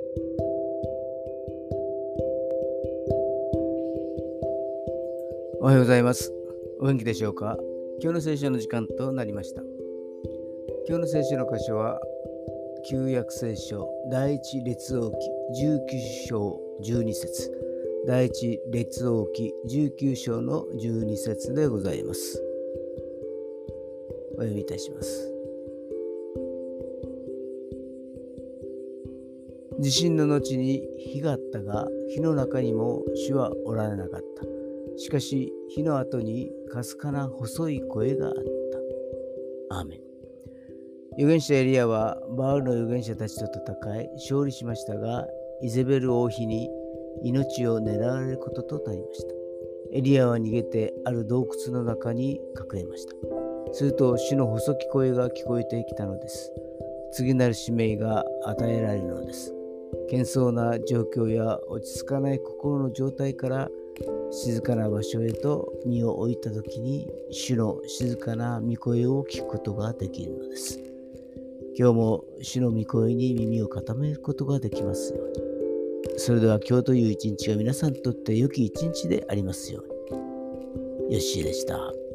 おはようございます。お元気でしょうか？今日の聖書の時間となりました。今日の聖書の箇所は、旧約聖書第一列王記19章12節、第一列王記19章の12節でございます。お読みいたします。地震の後に火があったが、火の中にも主はおられなかった。しかし火の後にかすかな細い声があった。アーメン。預言者エリアはバールの預言者たちと戦い勝利しましたが、イゼベル王妃に命を狙われることとなりました。エリアは逃げてある洞窟の中に隠れました。すると主の細き声が聞こえてきたのです。次なる使命が与えられるのです。喧騒な状況や落ち着かない心の状態から静かな場所へと身を置いたときに、主の静かな御声を聞くことができるのです。今日も主の御声に耳を傾けることができますように。それでは今日という一日が皆さんにとって良き一日でありますように。よっしーでした。